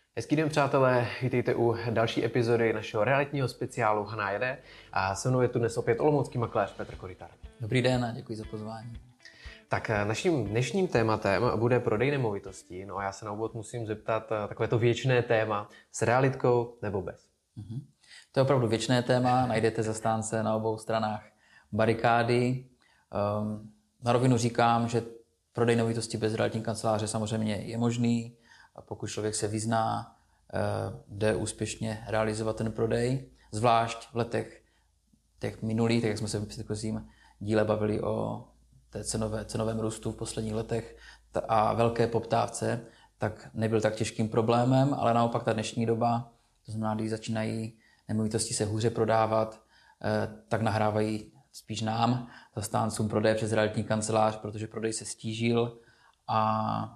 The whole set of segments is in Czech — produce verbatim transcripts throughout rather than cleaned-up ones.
Hezký den, přátelé, vítejte u další epizody našeho realitního speciálu Hana jede a se mnou je tu dnes opět olomoucký makléř Petr Korytar. Dobrý den a děkuji za pozvání. Tak naším dnešním tématem bude prodej nemovitostí. No a já se na úvod musím zeptat takové to věčné téma, s realitkou nebo bez? Mhm. To je opravdu věčné téma, najdete zastánce na obou stranách barikády. Um, na rovinu říkám, že prodej nemovitosti bez realitní kanceláře samozřejmě je možný, a pokud člověk se vyzná, jde úspěšně realizovat ten prodej, zvlášť v letech těch minulých, tak jak jsme se v předchozím díle bavili o té cenové, cenovém růstu v posledních letech a velké poptávce, tak nebyl tak těžkým problémem, ale naopak ta dnešní doba, to znamená, když začínají nemovitosti se hůře prodávat, tak nahrávají spíš nám, zastáncům prodeje přes realitní kancelář, protože prodej se stížil a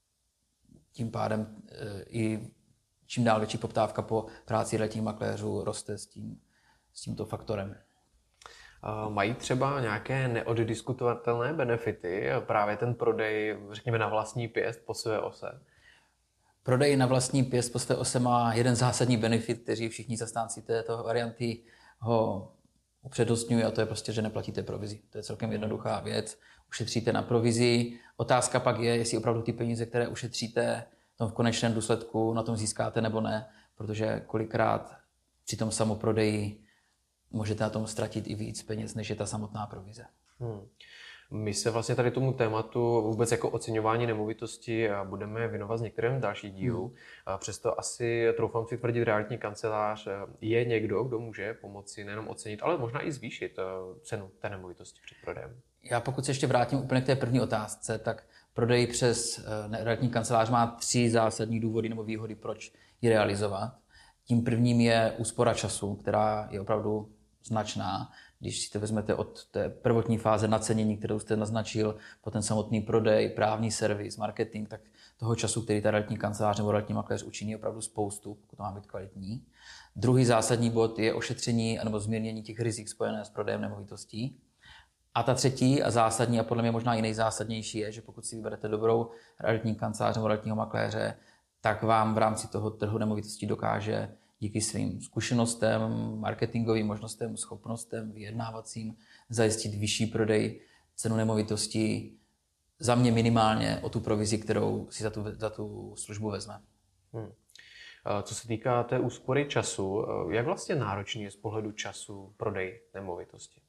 tím pádem i čím dál větší poptávka po práci realitních makléřů roste s, tím, s tímto faktorem. Mají třeba nějaké neoddiskutovatelné benefity, právě ten prodej, řekněme, na vlastní pěst po své ose? Prodej na vlastní pěst po své ose má jeden zásadní benefit, který všichni zastánci této varianty ho upřednostňují, a to je prostě, že neplatíte provizi. To je celkem jednoduchá věc. Ušetříte na provizi. Otázka pak je, jestli opravdu ty peníze, které ušetříte, tom v konečném důsledku na tom získáte nebo ne, protože kolikrát při tom samoprodeji můžete na tom ztratit i víc peněz, než je ta samotná provize. Hmm. My se vlastně tady tomu tématu vůbec jako oceňování nemovitosti budeme věnovat z některém dalších dílů. Hmm. Přesto asi, troufám si tvrdit, realitní kancelář je někdo, kdo může pomoci nejenom ocenit, ale možná i zvýšit cenu té nemovitosti před prodejem. Já pokud se ještě vrátím úplně k té první otázce, tak prodej přes realitní kancelář má tři zásadní důvody nebo výhody, proč ji realizovat. Tím prvním je úspora času, která je opravdu značná. Když si to vezmete od té prvotní fáze nacenění, kterou jste naznačil, po ten samotný prodej, právní servis, marketing, tak toho času, který ta realitní kancelář nebo realitní makléř učiní, je opravdu spoustu, pokud to má být kvalitní. Druhý zásadní bod je ošetření nebo zmírnění těch rizik spojené s prodejem nemovitostí. A ta třetí a zásadní, a podle mě možná i nejzásadnější, je, že pokud si vyberete dobrou realitní kancelář nebo realitního makléře, tak vám v rámci toho trhu nemovitostí dokáže díky svým zkušenostem, marketingovým možnostem, schopnostem, vyjednávacím zajistit vyšší prodej, cenu nemovitostí, za mě minimálně o tu provizi, kterou si za tu, za tu službu vezme. Hmm. Co se týká té úspory času, jak vlastně náročný je z pohledu času prodej nemovitosti?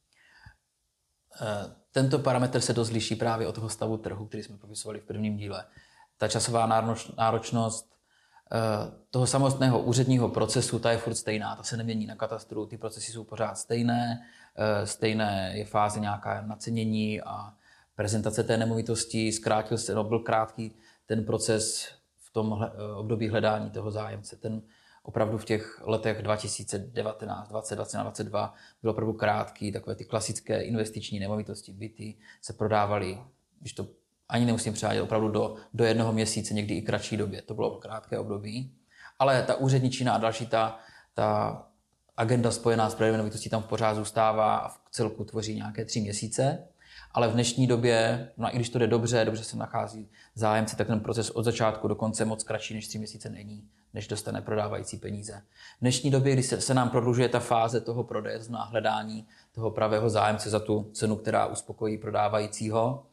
Tento parametr se dost liší právě od toho stavu trhu, který jsme popisovali v prvním díle. Ta časová náročnost toho samotného úředního procesu, ta je furt stejná, ta se nemění na katastru, ty procesy jsou pořád stejné, stejné je fáze nějaká nacenění a prezentace té nemovitosti, zkrátil se, no byl krátký ten proces v tom období hledání toho zájemce. Ten opravdu v těch letech dva tisíce devatenáct, dvacet, dvacet jedna, dvacet dva bylo opravdu krátký, takové ty klasické investiční nemovitosti, byty se prodávaly, když to ani nemusím přehádět, opravdu do, do jednoho měsíce, někdy i kratší době. To bylo krátké období. Ale ta úředničina a další ta, ta agenda spojená s prodejem nemovitostí tam v pořád zůstává a v celku tvoří nějaké tři měsíce. Ale v dnešní době, no i když to jde dobře, dobře se nachází zájemce, tak ten proces od začátku do konce moc kratší než tři měsíce není, než dostane prodávající peníze. V dnešní době, kdy se, se nám prodlužuje ta fáze toho prodeje, znamená hledání toho pravého zájemce za tu cenu, která uspokojí prodávajícího,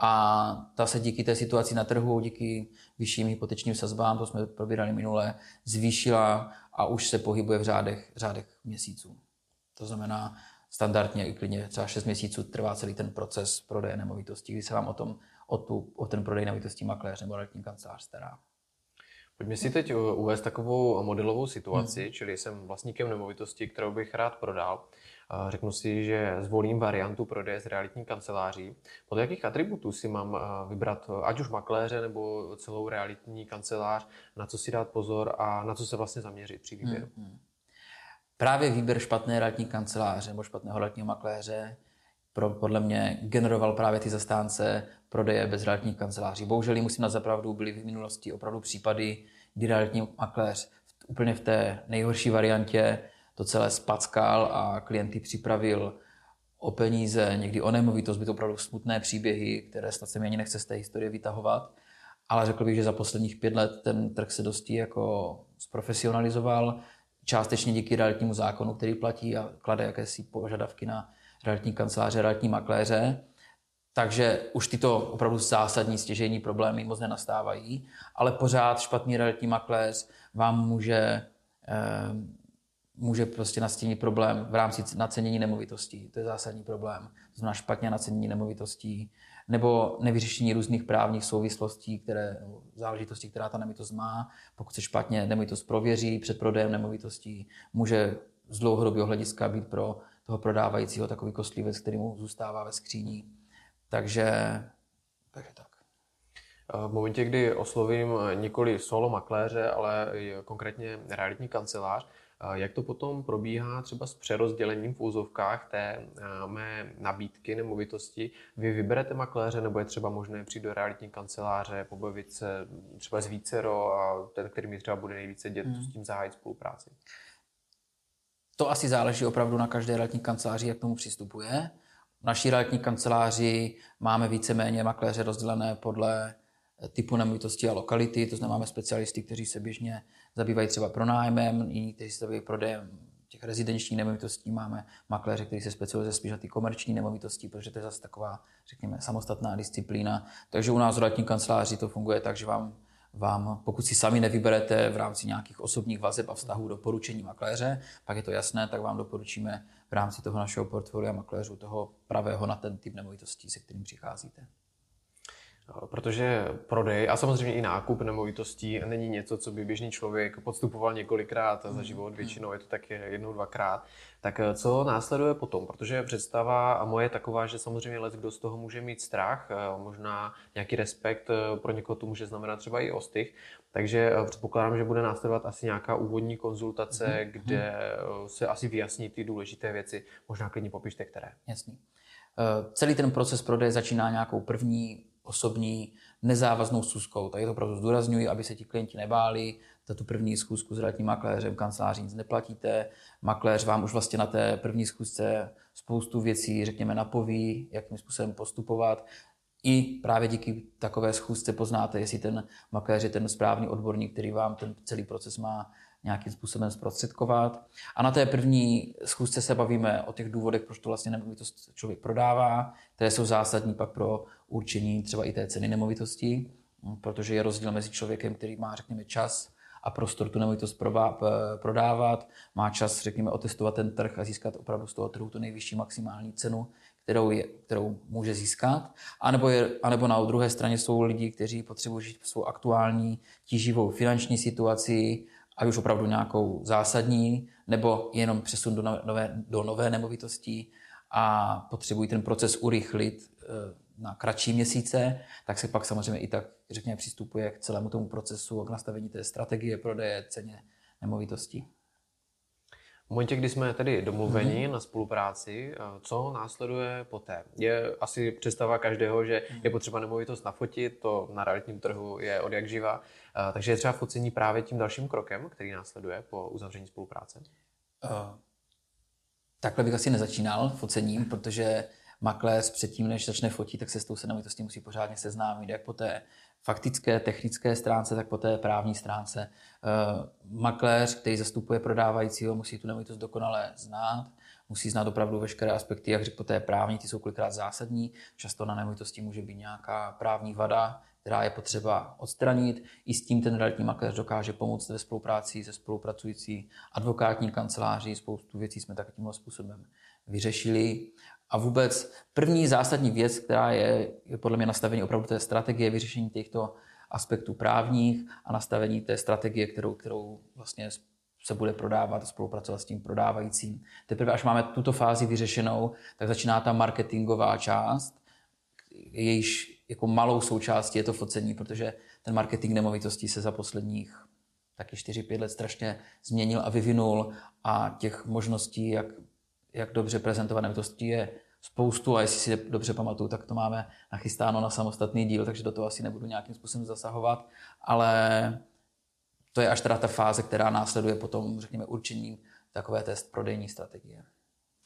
a ta se díky té situaci na trhu, díky vyšším hypotečním sazbám, to jsme probírali minule, zvýšila a už se pohybuje v řádech, řádech měsíců. To znamená, standardně i klidně třeba šest měsíců trvá celý ten proces prodeje nemovitostí, kdy se vám o, tom, o, tu, o ten prodej nemovitostí makléř nebo realitní kancelář stará. Pojďme si teď uvést takovou modelovou situaci, hmm. čili jsem vlastníkem nemovitosti, kterou bych rád prodal. Řeknu si, že zvolím variantu prodeje z realitní kanceláří. Podle jakých atributů si mám vybrat ať už makléře nebo celou realitní kancelář, na co si dát pozor a na co se vlastně zaměřit při výběru? Hmm. Hmm. Právě výběr špatné realitní kanceláře nebo špatného realitního makléře pro, podle mě generoval právě ty zastánce prodeje bez realitních kanceláří. Bohužel musím na zapravdu, byly v minulosti opravdu případy, kdy realitní makléř úplně v té nejhorší variantě to celé spackal a klienty připravil o peníze, někdy o nemovitost, by to opravdu smutné příběhy, které snad se mi ani nechce z té historie vytahovat. ale řekl bych, že za posledních pět let ten trh se dosti jako zprofesionalizoval, částečně díky realitnímu zákonu, který platí a klade jakési požadavky na realitní kanceláře, realitní makléře. Takže už tyto opravdu zásadní stěžejní problémy moc nenastávají, ale pořád špatný realitní makléř vám může, eh, může prostě nastínit problém v rámci nacenění nemovitostí. To je zásadní problém. To znamená špatně nacenění nemovitostí nebo nevyřešení různých právních souvislostí, které, nebo záležitostí, která ta nemovitost má. Pokud se špatně nemovitost prověří před prodejem nemovitostí, může z dlouhodobého hlediska být pro toho prodávajícího takový kostlivec, který mu zůstává ve skříni. Takže, takže tak. V momentě, kdy oslovím nikoli solo makléře, ale konkrétně realitní kancelář, jak to potom probíhá třeba s přerozdělením v úzovkách té mé nabídky nemovitosti? Vy vyberete makléře, nebo je třeba možné přijít do realitní kanceláře, pobavit se třeba s vícero a ten, který mi třeba bude nejvíce dět, hmm. s tím zahájit spolupráci? To asi záleží opravdu na každé realitní kanceláři, jak k tomu přistupuje. V naší realitní kanceláři máme víceméně makléře rozdělené podle typu nemovitosti a lokality, to znamená máme specialisty, kteří se běžně zabývají třeba pronájmem, jiní, kteří se zabývají prodejem těch rezidenčních nemovitostí, máme makléře, kteří se specializuje spíš na ty komerční nemovitosti, protože to je zase taková, řekněme, samostatná disciplína. Takže u nás v realitní kanceláři to funguje tak, že vám, vám, pokud si sami nevyberete v rámci nějakých osobních vazeb a vztahů doporučení makléře, pak je to jasné, tak vám doporučíme v rámci toho našeho portfolia makléřů toho pravého na ten typ nemovitostí, se kterým přicházíte. Protože prodej a samozřejmě i nákup nemovitostí není něco, co by běžný člověk podstupoval několikrát za život, většinou je to tak jednou, dvakrát. Tak co následuje potom? Protože představa a moje je taková, že samozřejmě leckdo z toho může mít strach, možná nějaký respekt, pro někoho to může znamenat třeba i ostych. Takže předpokládám, že bude následovat asi nějaká úvodní konzultace, mm-hmm. kde se asi vyjasní ty důležité věci. Možná klidně popište, které. Jasný. Celý ten proces prodeje začíná nějakou první osobní nezávaznou schůzkou. Tady to opravdu zdůrazňuji, aby se ti klienti nebáli. Za tu první schůzku s realitním makléřem kanceláří nic neplatíte. Makléř vám už vlastně na té první schůzce spoustu věcí, řekněme, napoví, jakým způsobem postupovat. I právě díky takové schůzce poznáte, jestli ten makléř je ten správný odborník, který vám ten celý proces má nějakým způsobem zprostředkovat. A na té první schůzce se bavíme o těch důvodech, proč to vlastně nemovitost člověk prodává, které jsou zásadní pak pro určení třeba i té ceny nemovitosti, protože je rozdíl mezi člověkem, který má, řekněme, čas a prostor tu nemovitost prodávat, má čas, řekněme, otestovat ten trh a získat opravdu z toho trhu tu nejvyšší maximální cenu, kterou, je, kterou může získat. A nebo, je, a nebo na druhé straně jsou lidi, kteří potřebují žít svou aktuální tíživou finanční situaci, ať už opravdu nějakou zásadní, nebo jenom přesun do nové, do nové nemovitosti a potřebují ten proces urychlit na kratší měsíce, tak se pak samozřejmě i tak, řekněme, přistupuje k celému tomu procesu a k nastavení té strategie prodeje, ceně nemovitosti. V momentě, kdy jsme tedy domluveni mm-hmm. na spolupráci, co následuje poté? Je asi představa každého, že je potřeba nemovitost nafotit, to na realitním trhu je od jak živa, takže je třeba focení právě tím dalším krokem, který následuje po uzavření spolupráce? Uh, takhle bych asi nezačínal focením, protože makléř předtím, než začne fotit, tak se s tou nemovitostí musí pořádně seznámit, jak po té faktické, technické stránce, tak po té právní stránce. Makléř, který zastupuje prodávajícího, musí tu nemovitost dokonale znát, musí znát opravdu veškeré aspekty, jak řekl, po té právní, ty jsou kolikrát zásadní. Často na nemovitosti může být nějaká právní vada, která je potřeba odstranit. I s tím ten realitní makléř dokáže pomoct ve spolupráci se spolupracující advokátní kanceláří. Spoustu věcí jsme tak tímhle způsobem vyřešili. A vůbec první zásadní věc, která je, je podle mě nastavení opravdu té strategie, vyřešení těchto aspektů právních a nastavení té strategie, kterou, kterou vlastně se bude prodávat a spolupracovat s tím prodávajícím. Teprve až máme tuto fázi vyřešenou, tak začíná ta marketingová část, jejíž jako malou součástí je to focení, protože ten marketing nemovitostí se za posledních taky čtyři pět let strašně změnil a vyvinul a těch možností, jak jak dobře prezentovat nemovitosti je spoustu a jestli si dobře pamatuju, tak to máme nachystáno na samostatný díl, takže do toho asi nebudu nějakým způsobem zasahovat, ale to je až teda ta fáze, která následuje potom, řekněme, určením takové té prodejní strategie.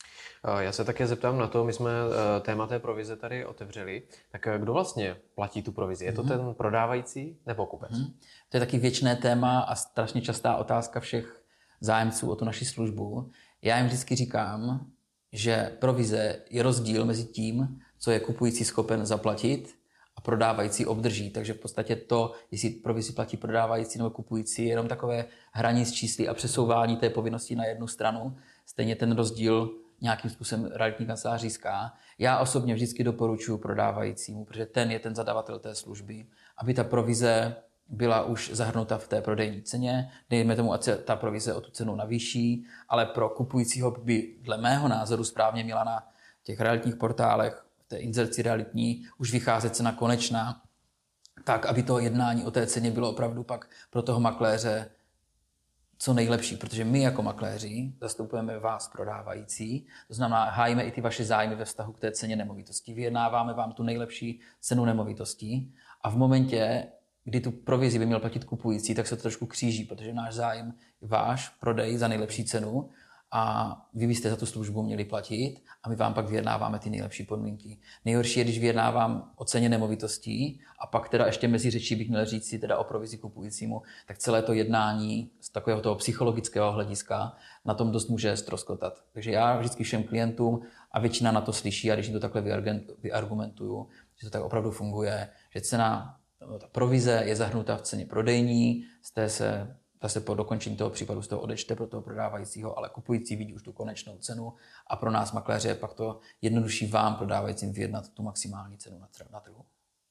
Já se také zeptám na to, my jsme téma té provize tady otevřeli, tak kdo vlastně platí tu provizi? Je to mm-hmm. ten prodávající nebo kupec? Mm-hmm. To je taky věčné téma a strašně častá otázka všech zájemců o tu naši službu. Já jim vždycky říkám, že provize je rozdíl mezi tím, co je kupující schopen zaplatit a prodávající obdrží. Takže v podstatě to, jestli provizi platí prodávající nebo kupující, je jenom takové hraní s čísly a přesouvání té povinnosti na jednu stranu. Stejně ten rozdíl nějakým způsobem realitní kancelář získá. Já osobně vždycky doporučuji prodávajícímu, protože ten je ten zadavatel té služby, aby ta provize byla už zahrnuta v té prodejní ceně. Dejme tomu, ať se ta provize o tu cenu navýší, ale pro kupujícího by dle mého názoru správně měla na těch realitních portálech, v té inzerci realitní, už vycházet cena konečná, tak, aby to jednání o té ceně bylo opravdu pak pro toho makléře co nejlepší, protože my jako makléři zastupujeme vás prodávající, to znamená, hájíme i ty vaše zájmy ve vztahu k té ceně nemovitosti, vyjednáváme vám tu nejlepší cenu nemovitostí a v momentě, kdy tu provizi by měl platit kupující, tak se to trošku kříží, protože náš zájem je váš prodej za nejlepší cenu a vy byste za tu službu měli platit a my vám pak vyjednáváme ty nejlepší podmínky. Nejhorší je, když vyjednávám o ceně nemovitostí a pak teda ještě mezi řečí bych měl říct si teda o provizi kupujícímu, tak celé to jednání z takového toho psychologického hlediska na tom dost může ztroskotat. Takže já vždycky všem klientům a většina na to slyší a když jim to takhle vyargumentuju, že to tak opravdu funguje, že cena, ta provize je zahrnuta v ceně prodejní, z té se ta se po dokončení toho případu z toho odečte pro toho prodávajícího, ale kupující vidí už tu konečnou cenu a pro nás makléře je pak to jednodušší vám prodávajícím vyjednat tu maximální cenu na trhu.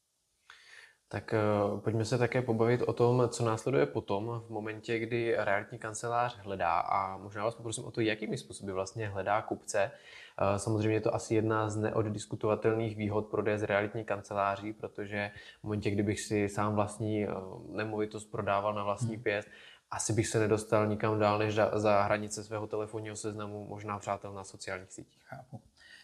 Tak uh, pojďme se také pobavit o tom, co následuje potom v momentě, kdy realitní kancelář hledá a možná vás poprosím o to, jakými způsoby vlastně hledá kupce. Uh, samozřejmě je to asi jedna z neoddiskutovatelných výhod prodeje z realitní kanceláří, protože v momentě, kdybych si sám vlastní uh, nemovitost prodával na vlastní hmm. pěst, asi bych se nedostal nikam dál než za hranice svého telefonního seznamu, možná přátel na sociálních sítích. Chápu.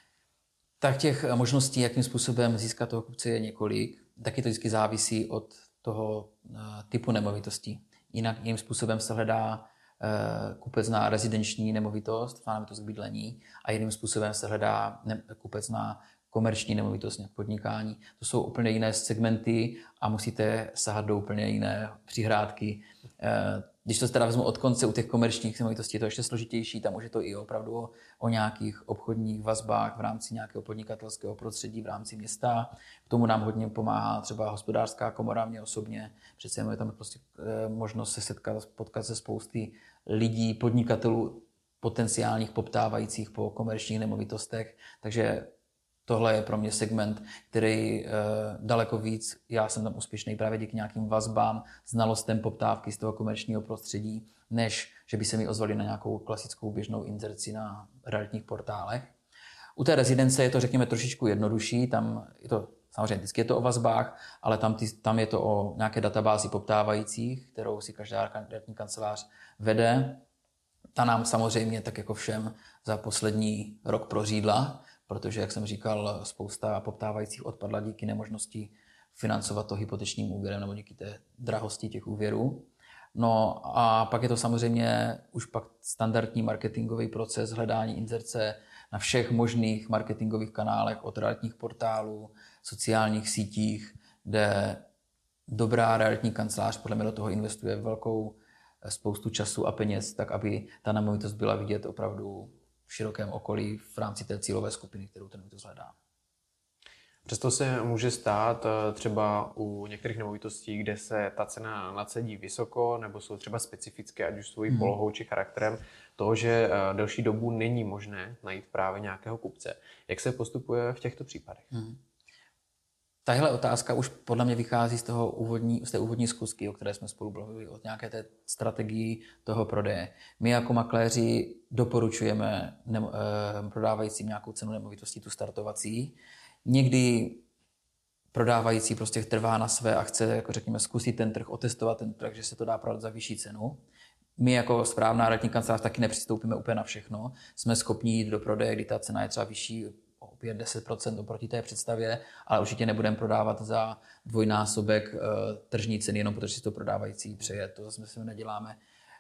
Tak těch možností, jakým způsobem získat toho kupce, je několik. Taky to vždycky závisí od toho typu nemovitostí. Jinak jiným způsobem se hledá kupec na rezidenční nemovitost, na nemovitost k bydlení a jiným způsobem se hledá kupec na komerční nemovitost, nějak podnikání. To jsou úplně jiné segmenty a musíte sahat do úplně jiné přihrádky. Když to teda vezmu od konce, u těch komerčních nemovitostí je to ještě složitější, tam už je to i opravdu o, o nějakých obchodních vazbách v rámci nějakého podnikatelského prostředí v rámci města. K tomu nám hodně pomáhá třeba hospodářská komora, mě osobně. Přece je tam prostě možnost se setkat, potkat se spousty lidí, podnikatelů, potenciálních poptávajících po komerčních nemovitostech. Takže tohle je pro mě segment, který e, daleko víc, já jsem tam úspěšný právě díky nějakým vazbám, znalostem poptávky z toho komerčního prostředí, než že by se mi ozvali na nějakou klasickou běžnou inzerci na realitních portálech. U té rezidence je to, řekněme, trošičku jednodušší, tam je to, samozřejmě vždycky je to o vazbách, ale tam, ty, tam je to o nějaké databázi poptávajících, kterou si každá realitní kancelář vede. Ta nám samozřejmě, tak jako všem, za poslední rok prořídla, protože, jak jsem říkal, spousta poptávajících odpadla díky nemožnosti financovat to hypotečním úvěrem nebo díky té drahosti těch úvěrů. No a pak je to samozřejmě už pak standardní marketingový proces hledání inzerce na všech možných marketingových kanálech, od realitních portálů, sociálních sítích, kde dobrá realitní kancelář podle mě do toho investuje velkou spoustu času a peněz, tak aby ta nemovitost byla vidět opravdu v širokém okolí v rámci té cílové skupiny, kterou ten nemovitost hledá. Přesto se může stát třeba u některých nemovitostí, kde se ta cena nacedí vysoko, nebo jsou třeba specifické, ať už svojí hmm. polohou či charakterem, toho, že delší dobu není možné najít právě nějakého kupce. Jak se postupuje v těchto případech? Hmm. Tahle otázka už podle mě vychází z, toho úvodní, z té úvodní zkusky, o které jsme spolu mluvili, od nějaké té strategii toho prodeje. My jako makléři doporučujeme nemo, eh, prodávajícím nějakou cenu nemovitosti, tu startovací. Někdy prodávající prostě trvá na své a chce, jako řekněme, zkusit ten trh, otestovat ten trh, že se to dá prodat za vyšší cenu. My jako správná realitní kancelář taky nepřistoupíme úplně na všechno. Jsme schopni jít do prodeje, kdy ta cena je třeba vyšší o pět až deset procent oproti té představě, ale určitě nebudeme prodávat za dvojnásobek uh, tržní ceny, jenom protože si to prodávající přeje. To zase my neděláme.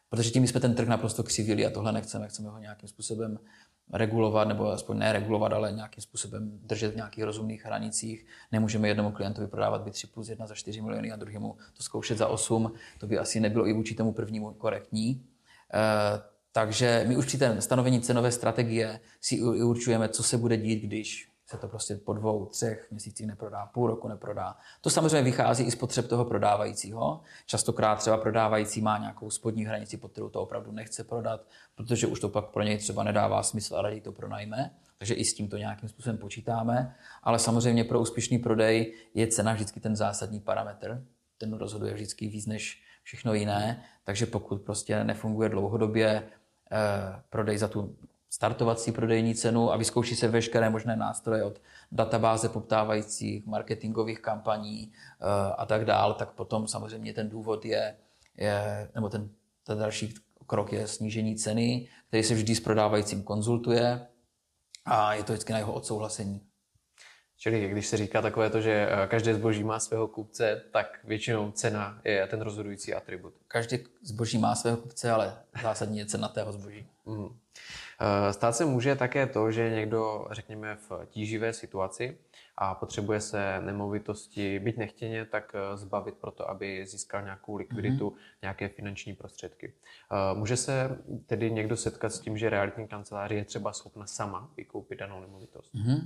Protože tím jsme ten trh naprosto křivili a tohle nechceme. Chceme ho nějakým způsobem regulovat, nebo aspoň ne regulovat, ale nějakým způsobem držet v nějakých rozumných hranicích. Nemůžeme jednomu klientovi prodávat byt tři plus jedna za čtyři miliony a druhému to zkoušet za osm. To by asi nebylo i vůči tomu prvnímu korektní. E, takže my už při té stanovení cenové strategie si určujeme, co se bude dít, když se to prostě po dvou, třech měsících neprodá, půl roku neprodá. To samozřejmě vychází i z potřeb toho prodávajícího. Častokrát třeba prodávající má nějakou spodní hranici, pod kterou to opravdu nechce prodat, protože už to pak pro něj třeba nedává smysl a raději to pronajme. Takže i s tímto nějakým způsobem počítáme. Ale samozřejmě pro úspěšný prodej je cena vždycky ten zásadní parametr. Ten rozhoduje vždycky víc než všechno jiné. Takže pokud prostě nefunguje dlouhodobě eh, prodej za tu startovací prodejní cenu a vyzkouší se veškeré možné nástroje od databáze poptávajících, marketingových kampaní a tak dál, tak potom samozřejmě ten důvod je, je nebo ten, ten další krok je snížení ceny, který se vždy s prodávajícím konzultuje a je to vždycky na jeho odsouhlasení. Čili když se říká takové to, že každé zboží má svého kupce, tak většinou cena je ten rozhodující atribut. Každé zboží má svého kupce, ale zásadní je cena tého zboží. Mm. Stát se může také to, že někdo, řekněme, v tíživé situaci a potřebuje se nemovitosti, byť nechtěně, tak zbavit proto, aby získal nějakou likviditu, mm-hmm. nějaké finanční prostředky. Může se tedy někdo setkat s tím, že realitní kancelář je třeba schopna sama vykoupit danou nemovitost? Mm-hmm.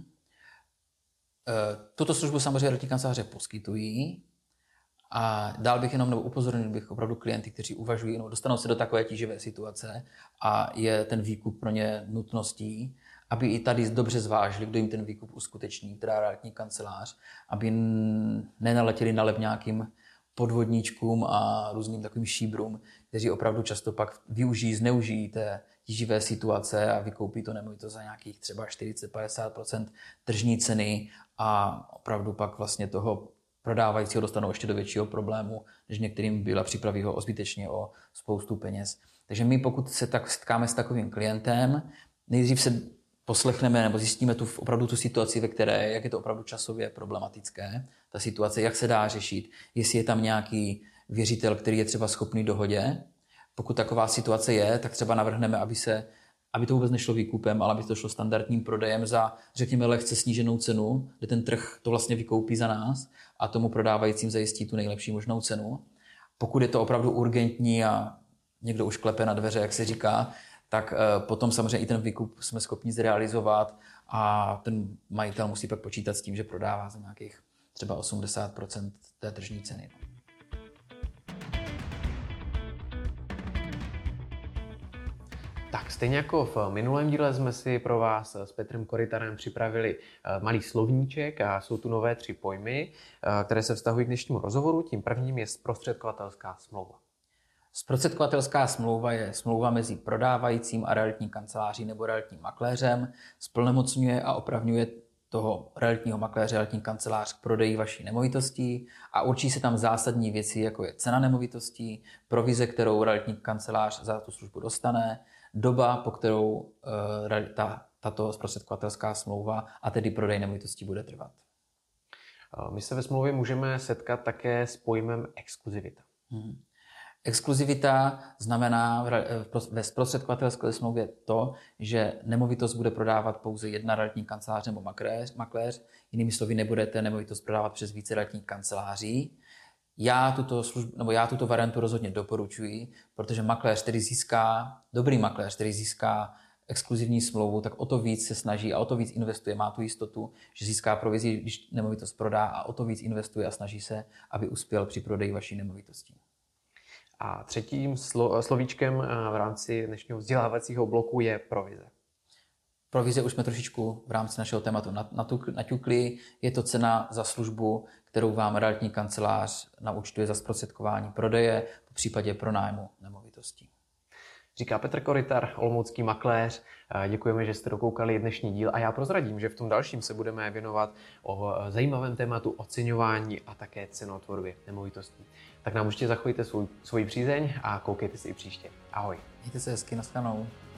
Tuto službu samozřejmě realitní kanceláře poskytují. A dál bych jenom, nebo upozornil bych opravdu klienty, kteří uvažují, no, dostanou se do takové tíživé situace a je ten výkup pro ně nutností, aby i tady dobře zvážili, kdo jim ten výkup uskuteční, která realitní kancelář, aby nenaletěli na lep nějakým podvodníčkům a různým takovým šíbrům, kteří opravdu často pak využijí, zneužijí té tíživé situace a vykoupí to nemovitost za nějakých třeba čtyřicet až padesát procent tržní ceny a opravdu pak vlastně toho prodávajícího dostanou ještě do většího problému, než některým byla, připraví ho o zbytečně o spoustu peněz. Takže my, pokud se tak setkáme s takovým klientem, nejdřív se poslechneme nebo zjistíme tu, opravdu tu situaci, ve které, jak je to opravdu časově problematické, ta situace, jak se dá řešit, jestli je tam nějaký věřitel, který je třeba schopný dohodě. Pokud taková situace je, tak třeba navrhneme, aby se aby to vůbec nešlo výkupem, ale aby to šlo standardním prodejem za, řekněme, lehce sníženou cenu, kde ten trh to vlastně vykoupí za nás a tomu prodávajícím zajistí tu nejlepší možnou cenu. Pokud je to opravdu urgentní a někdo už klepe na dveře, jak se říká, tak potom samozřejmě i ten výkup jsme schopni zrealizovat a ten majitel musí pak počítat s tím, že prodává za nějakých třeba osmdesát procent té tržní ceny. Tak stejně jako v minulém díle jsme si pro vás s Petrem Korytarem připravili malý slovníček a jsou tu nové tři pojmy, které se vztahují k dnešnímu rozhovoru. Tím prvním je zprostředkovatelská smlouva. Zprostředkovatelská smlouva je smlouva mezi prodávajícím a realitní kanceláří nebo realitním makléřem, splnomocňuje a opravňuje toho realitního makléře, realitní kancelář k prodeji vaší nemovitostí a určí se tam zásadní věci, jako je cena nemovitostí, provize, kterou realitní kancelář za tu službu dostane, doba, po kterou uh, ta, tato zprostředkovatelská smlouva a tedy prodej nemovitostí bude trvat. My se ve smlouvě můžeme setkat také s pojmem exkluzivita. Hmm. Exkluzivita znamená ve zprostředkovatelské smlouvě to, že nemovitost bude prodávat pouze jedna realitní kancelář nebo makléř, makléř. Jinými slovy, nebudete nemovitost prodávat přes více realitních kanceláří. Já tuto, službu, nebo já tuto variantu rozhodně doporučuji, protože makléř, který získá, dobrý makléř, který získá exkluzivní smlouvu, tak o to víc se snaží a o to víc investuje, má tu jistotu, že získá provizi, když nemovitost prodá a o to víc investuje a snaží se, aby uspěl při prodeji vaší nemovitosti. A třetím slo- slovíčkem v rámci dnešního vzdělávacího bloku je provize. Provize už jsme trošičku v rámci našeho tématu naťukli. Je to cena za službu, kterou vám realitní kancelář naúčtuje za zprostředkování prodeje, po případě pronájmu nemovitostí. Říká Petr Korytar, olomoucký makléř. Děkujeme, že jste dokoukali dnešní díl a já prozradím, že v tom dalším se budeme věnovat o zajímavém tématu oceňování a také cenotvorbě nemovitostí. Tak nám určitě zachovejte svůj, svůj přízeň a koukejte si i příště. Ahoj. Mějte se hezky, nashledanou.